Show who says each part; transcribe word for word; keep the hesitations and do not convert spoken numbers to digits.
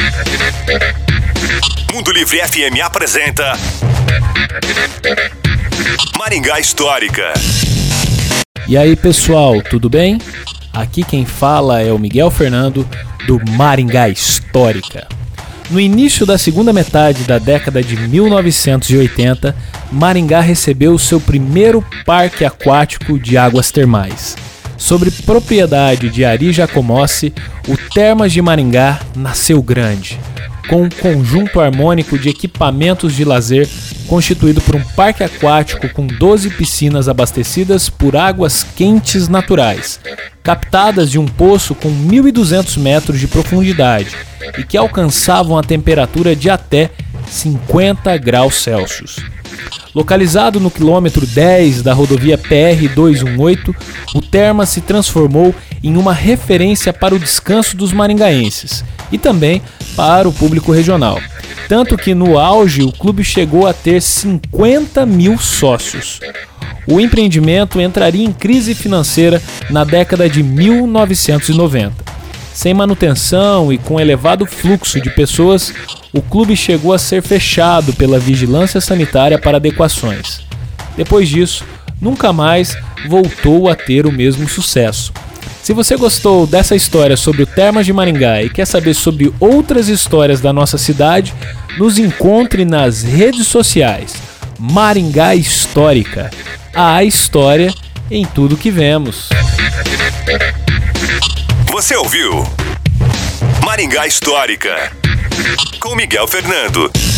Speaker 1: Mundo Livre F M apresenta Maringá Histórica.
Speaker 2: E aí, pessoal, tudo bem? Aqui quem fala é o Miguel Fernando, do Maringá Histórica. No início da segunda metade da década de mil novecentos e oitenta, Maringá recebeu o seu primeiro parque aquático de águas termais. Sobre propriedade de Ari Jacomossi, o Termas de Maringá nasceu grande, com um conjunto harmônico de equipamentos de lazer constituído por um parque aquático com doze piscinas abastecidas por águas quentes naturais, captadas de um poço com mil e duzentos metros de profundidade e que alcançavam a temperatura de até cinquenta graus Celsius. Localizado no quilômetro dez da rodovia P R duzentos e dezoito, o Termas se transformou em uma referência para o descanso dos maringaenses e também para o público regional. Tanto que no auge o clube chegou a ter cinquenta mil sócios. O empreendimento entraria em crise financeira na década de mil novecentos e noventa. Sem manutenção e com elevado fluxo de pessoas, o clube chegou a ser fechado pela vigilância sanitária para adequações. Depois disso, nunca mais voltou a ter o mesmo sucesso. Se você gostou dessa história sobre o Termas de Maringá e quer saber sobre outras histórias da nossa cidade, nos encontre nas redes sociais. Maringá Histórica. A história em tudo que vemos.
Speaker 1: Você ouviu Maringá Histórica com Miguel Fernando.